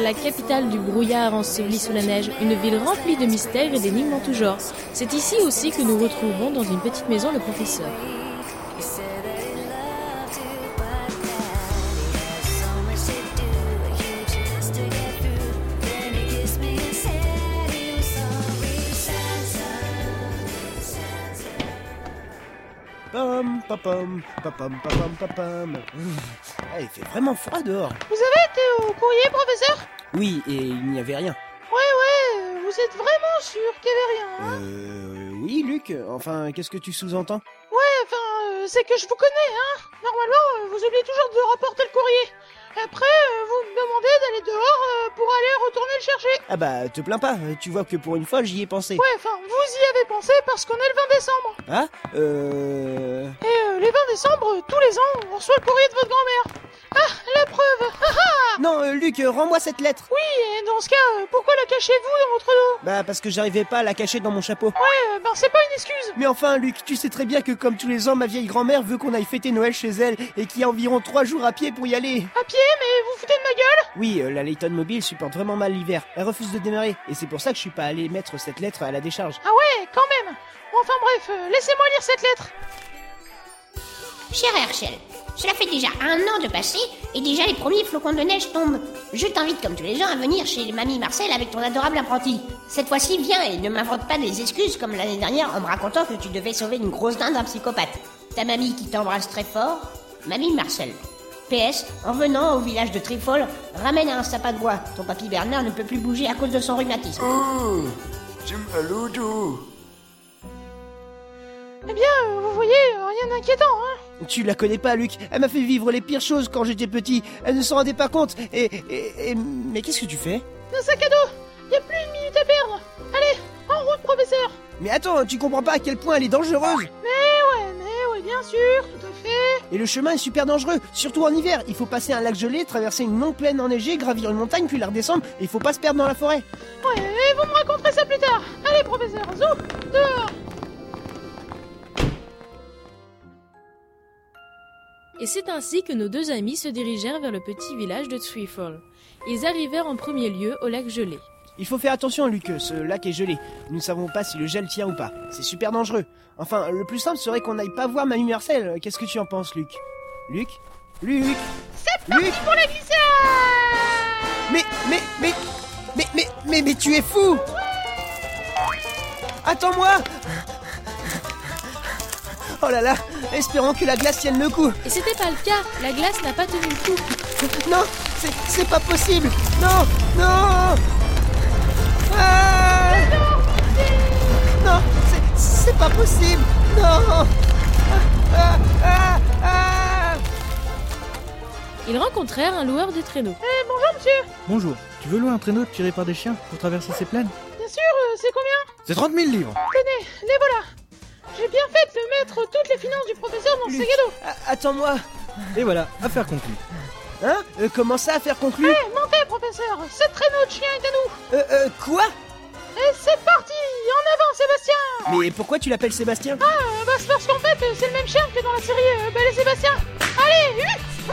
la capitale du brouillard enseveli sous la neige, une ville remplie de mystères et d'énigmes en tout genre. C'est ici aussi que nous retrouverons dans une petite maison le professeur. Pam, papam, papam, papam, papam. Ah, il fait vraiment froid dehors. Vous avez été au courrier, professeur? Oui, et il n'y avait rien. Ouais, vous êtes vraiment sûr qu'il n'y avait rien, hein? Oui, Luc. Enfin, qu'est-ce que tu sous-entends? C'est que je vous connais, hein. Normalement, vous oubliez toujours de rapporter le courrier. Après, vous me demandez d'aller dehors pour aller retourner le chercher. Ah bah, te plains pas. Tu vois que pour une fois, j'y ai pensé. Ouais, vous y avez pensé parce qu'on est le 20 décembre. Ah Et les 20 décembre, tous les ans, on reçoit le courrier de votre grand-mère. Ah, la preuve. Non, Luc, rends-moi cette lettre. Oui, et dans ce cas, pourquoi la cachez-vous dans votre dos? Bah, parce que j'arrivais pas à la cacher dans mon chapeau. Ouais, c'est pas une excuse. Mais enfin, Luc, tu sais très bien que comme tous les ans, ma vieille grand-mère veut qu'on aille fêter Noël chez elle et qu'il y a environ 3 jours à pied pour y aller. À pied, mais vous foutez de ma gueule? Oui, la Layton Mobile supporte vraiment mal l'hiver. Elle refuse de démarrer. Et c'est pour ça que je suis pas allé mettre cette lettre à la décharge. Ah ouais, quand même. Enfin bref, laissez-moi lire cette lettre. Cher Herschel, cela fait déjà 1 an de passé et déjà les premiers flocons de neige tombent. Je t'invite comme tous les ans à venir chez mamie Marcel avec ton adorable apprenti. Cette fois-ci, viens et ne m'invente pas des excuses comme l'année dernière en me racontant que tu devais sauver une grosse dinde d'un psychopathe. Ta mamie qui t'embrasse très fort, mamie Marcel. PS, en venant au village de Trifol, ramène un sapin de bois. Ton papy Bernard ne peut plus bouger à cause de son rhumatisme. Oh, tu me loudou. Eh bien, vous voyez, rien d'inquiétant, hein. Tu la connais pas, Luc. Elle m'a fait vivre les pires choses quand j'étais petit. Elle ne s'en rendait pas compte. Mais qu'est-ce que tu fais? Un sac à dos. Y a plus une minute à perdre. Allez, en route, professeur. Mais attends, tu comprends pas à quel point elle est dangereuse. Mais ouais, bien sûr, tout à fait. Et le chemin est super dangereux, surtout en hiver. Il faut passer un lac gelé, traverser une longue plaine enneigée, gravir une montagne, puis la redescendre. Et il faut pas se perdre dans la forêt. Ouais, et vous me raconterez ça plus tard. Allez, professeur, zou, dehors. Et c'est ainsi que nos deux amis se dirigèrent vers le petit village de Treefall. Ils arrivèrent en premier lieu au lac gelé. Il faut faire attention, Luc, ce lac est gelé. Nous ne savons pas si le gel tient ou pas. C'est super dangereux. Enfin, le plus simple serait qu'on n'aille pas voir Mamie Marcel. Qu'est-ce que tu en penses, Luc? Luc? C'est parti pour la glissade. Mais tu es fou! Attends-moi! Oh là là, espérons que la glace tienne le coup. Et c'était pas le cas, la glace n'a pas tenu le coup. Non, c'est pas possible. Non. Ah non, c'est pas possible. Non. Ils rencontrèrent un loueur de traîneaux. Bonjour, monsieur. Bonjour, tu veux louer un traîneau tiré par des chiens pour traverser ces plaines? Bien sûr, c'est combien? C'est 30 000 livres. Tenez, les voilà. J'ai bien fait de mettre toutes les finances du professeur dans le sac à dos. Attends-moi. Et voilà, affaire conclue. Hein? Comment ça, affaire conclue? Montez, professeur. Ce traîneau de chien est à nous. Quoi? Et c'est parti. En avant, Sébastien. Mais pourquoi tu l'appelles Sébastien? C'est parce qu'en fait, c'est le même chien que dans la série Belle et Sébastien. Allez, vite.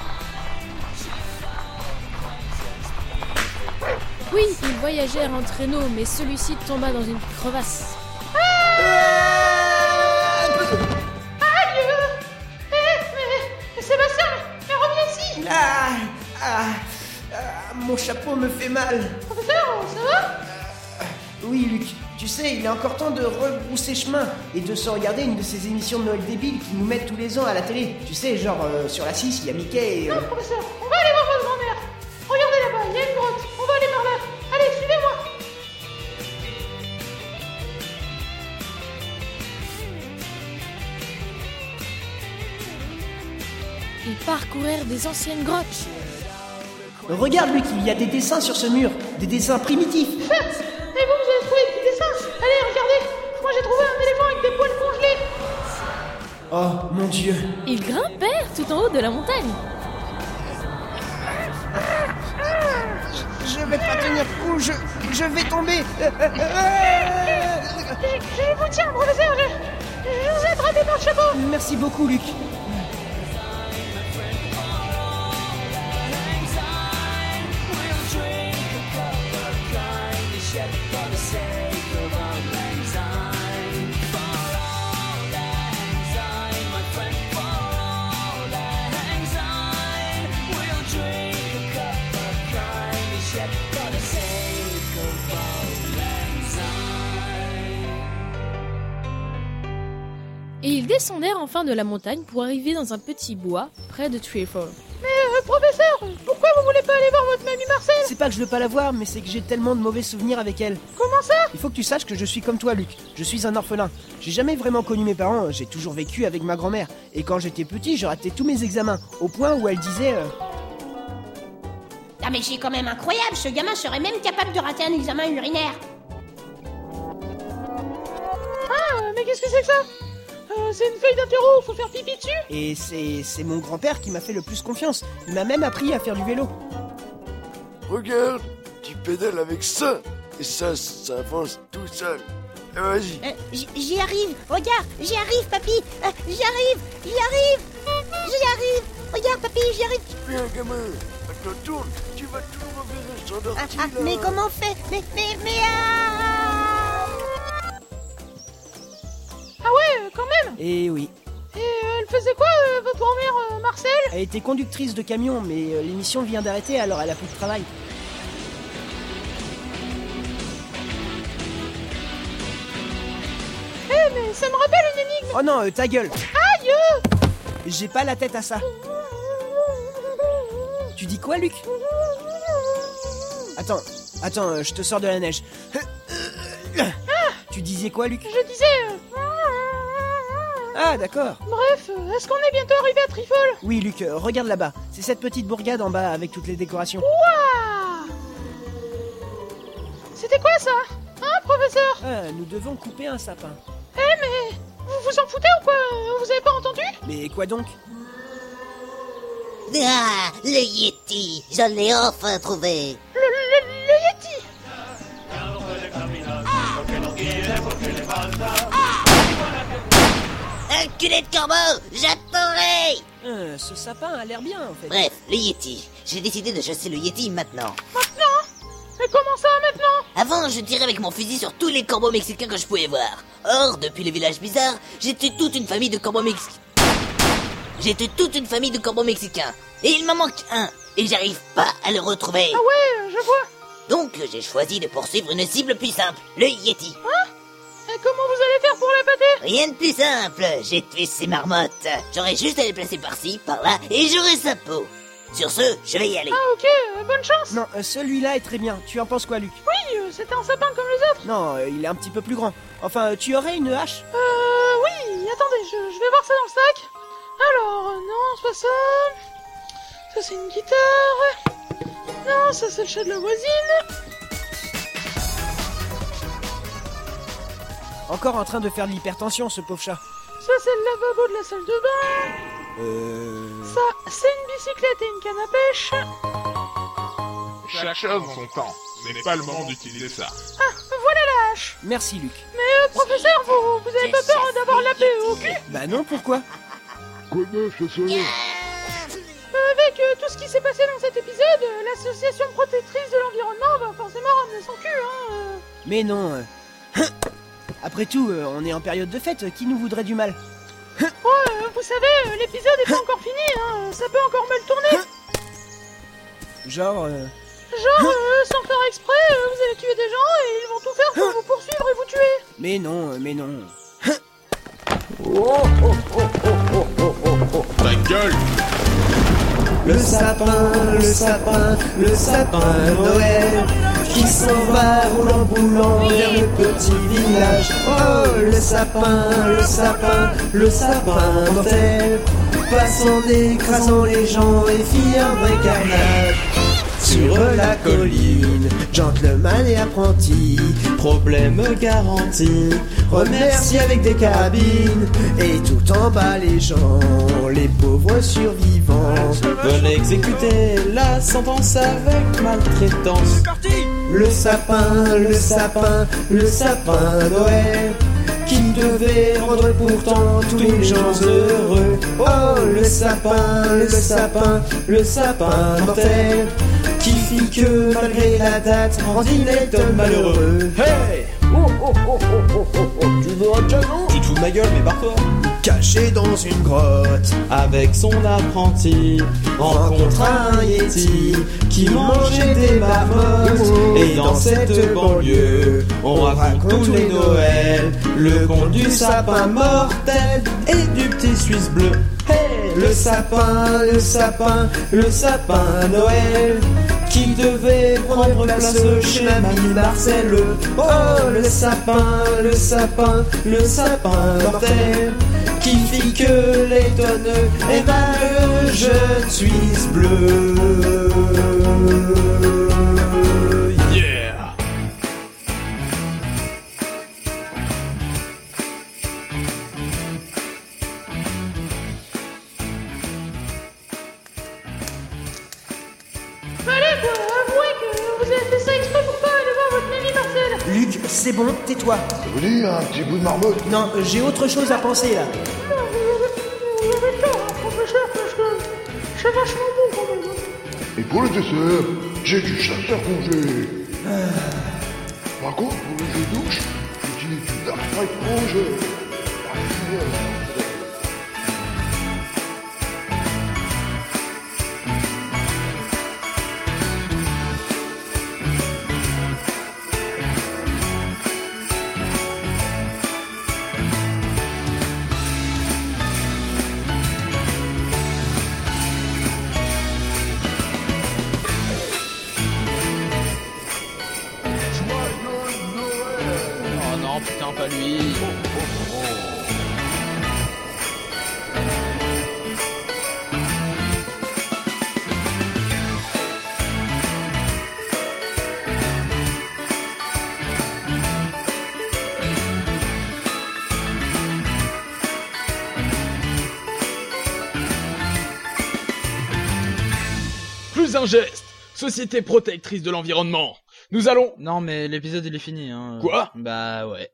Oui, ils voyagèrent en traîneau, mais celui-ci tomba dans une crevasse. Mais Sébastien, mais reviens ici. Mon chapeau me fait mal. Professeur, ça va? Oui, Luc, tu sais, il est encore temps de rebrousser chemin et de se regarder une de ces émissions de Noël débiles qui nous mettent tous les ans à la télé. Tu sais, genre sur la 6, il y a Mickey et... Non, professeur, on va aller voir votre grand-mère. Regardez là-bas, il y a une grotte. On va aller par là. Allez, suivez-moi. Ils parcourèrent des anciennes grottes. Regarde, Luc, il y a des dessins sur ce mur, des dessins primitifs. Et vous avez trouvé des dessins? Allez, regardez. Moi, j'ai trouvé un éléphant avec des poils congelés. Oh, mon Dieu. Ils grimpèrent tout en haut de la montagne. Je vais pas tenir coup, je vais tomber. Je vous tiens, professeur. Je vous ai attrapé par le chapeau. Merci beaucoup, Luc. Dream Et ils descendèrent enfin de la montagne pour arriver dans un petit bois près de Treefall. Mais professeur, pourquoi vous voulez pas aller voir votre mamie Marcel? C'est pas que je veux pas la voir, mais c'est que j'ai tellement de mauvais souvenirs avec elle. Comment ça? Il faut que tu saches que je suis comme toi, Luc. Je suis un orphelin. J'ai jamais vraiment connu mes parents, j'ai toujours vécu avec ma grand-mère. Et quand j'étais petit, je ratais tous mes examens, au point où elle disait... Ah mais c'est quand même incroyable, ce gamin serait même capable de rater un examen urinaire. Ah, mais qu'est-ce que c'est que ça? C'est une feuille d'interro, faut faire pipi dessus? Et c'est mon grand-père qui m'a fait le plus confiance. Il m'a même appris à faire du vélo. Regarde, tu pédales avec ça. Et ça avance tout seul. Et vas-y. J'y arrive, regarde, j'y arrive, papy. J'y arrive. Regarde, papy, j'y arrive. Bien, gamin. Maintenant, tourne. Tu vas tout revirer sur l'ortie, là. Mais comment on fait? Mais Ah ouais, quand même. Et oui. Et elle faisait quoi, votre grand-mère, Marcel? Elle était conductrice de camion, mais l'émission vient d'arrêter, alors elle a plus de travail. Mais ça me rappelle une énigme. Oh non, ta gueule. Aïe! J'ai pas la tête à ça. Tu dis quoi, Luc? Attends, je te sors de la neige. Tu disais quoi, Luc? Je disais... Ah, d'accord. Bref, est-ce qu'on est bientôt arrivé à Treefall? Oui, Luc, regarde là-bas. C'est cette petite bourgade en bas avec toutes les décorations. Ouah! C'était quoi ça? Hein, professeur? Nous devons couper un sapin. Mais... vous vous en foutez ou quoi? Vous avez pas entendu? Mais quoi donc? Ah, le Yeti, je l'ai enfin trouvé. Le Yeti! Enculé de corbeau, j'attendrai. Ce sapin a l'air bien, en fait. Bref, le Yeti. J'ai décidé de chasser le Yeti maintenant. Maintenant? Mais comment ça, maintenant? Avant, je tirais avec mon fusil sur tous les corbeaux mexicains que je pouvais voir. Or, depuis le village bizarre, j'ai tué toute une famille de corbeaux mexicains. Et il m'en manque un. Et j'arrive pas à le retrouver. Ah ouais, je vois. Donc, j'ai choisi de poursuivre une cible plus simple, le Yeti. Hein? Et comment vous allez faire pour l'épater? Rien de plus simple, j'ai tué ces marmottes. J'aurais juste à les placer par-ci, par-là, et j'aurai sa peau. Sur ce, je vais y aller. Ah ok, bonne chance. Non, celui-là est très bien. Tu en penses quoi, Luc? Oui, c'était un sapin comme les autres. Non, il est un petit peu plus grand. Enfin, tu aurais une hache? Oui, attendez, je vais voir ça dans le sac. Alors, non, c'est pas ça. Ça, c'est une guitare. Non, ça, c'est le chat de la voisine. Encore en train de faire de l'hypertension, ce pauvre chat. Ça, c'est le lavabo de la salle de bain. Ça, c'est une bicyclette et une canne à pêche. Chaque chose en son temps. Ce n'est pas le moment d'utiliser ça. Ah, voilà la hache. Merci, Luc. Mais professeur, vous avez pas peur d'avoir la paix au cul? Bah non, pourquoi? Avec tout ce qui s'est passé dans cet épisode, l'association protectrice de l'environnement va forcément ramener son cul, hein. Mais non. Après tout, on est en période de fête, qui nous voudrait du mal? Vous savez, l'épisode est pas encore fini, hein. Ça peut encore mal tourner. Genre, sans faire exprès, vous allez tuer des gens et ils vont tout faire pour vous poursuivre et vous tuer. Mais non. Ta gueule! Le sapin Noël qui s'en va roulant vers le petit village. Oh, le sapin mortel passe en écrasant les gens et fit un vrai carnage. Sur la colline, gentleman et apprenti, problème garanti, remercie avec des carabines, et tout en bas les gens, les pauvres survivants, veulent exécuter la sentence avec maltraitance. Le sapin Noël, qui devait rendre pourtant tous les gens heureux. Oh, le sapin mortel, qui signifie que malgré la date, Randy Layton malheureux. Hey! Tu veux un cadeau? Tu te fous de ma gueule, mais barre-toi. Caché dans une grotte, avec son apprenti, rencontre un Yeti qui mangeait des marmottes. Et dans cette banlieue, on raconte tous les Noëls, le conte du sapin mortel et du petit Suisse bleu. Hey, le sapin, le sapin, le sapin Noël, qui devait prendre place chez Mamie Marcel. Oh, le sapin, le sapin, le sapin mortel, qui fit que Layton est un jeune Suisse bleu. Yeah! Allez quoi, avouez que vous avez fait ça exprès pour pas aller voir votre mamie Marcel. Luc, c'est bon, tais-toi. Ça vous dit un petit bout de marmotte? Non, j'ai autre chose à penser là. Vous avez tort, hein, professeur, parce que c'est vachement bon quand même. Et pour le dessert, j'ai du chasseur congé. Par contre, pour le jeu douche, j'utilise du Dark Strike congé. Oh non, putain, pas lui. Plus un geste. Société protectrice de l'environnement. Nous allons... Non, mais l'épisode il est fini, hein. Quoi? Bah ouais.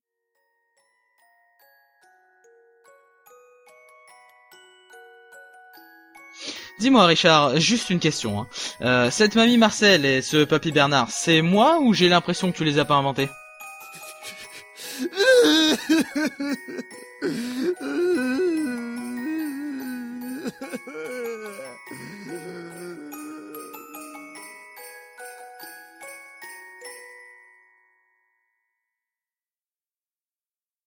Dis-moi Richard, juste une question. Hein. Cette mamie Marcel et ce papy Bernard, c'est moi ou j'ai l'impression que tu les as pas inventés?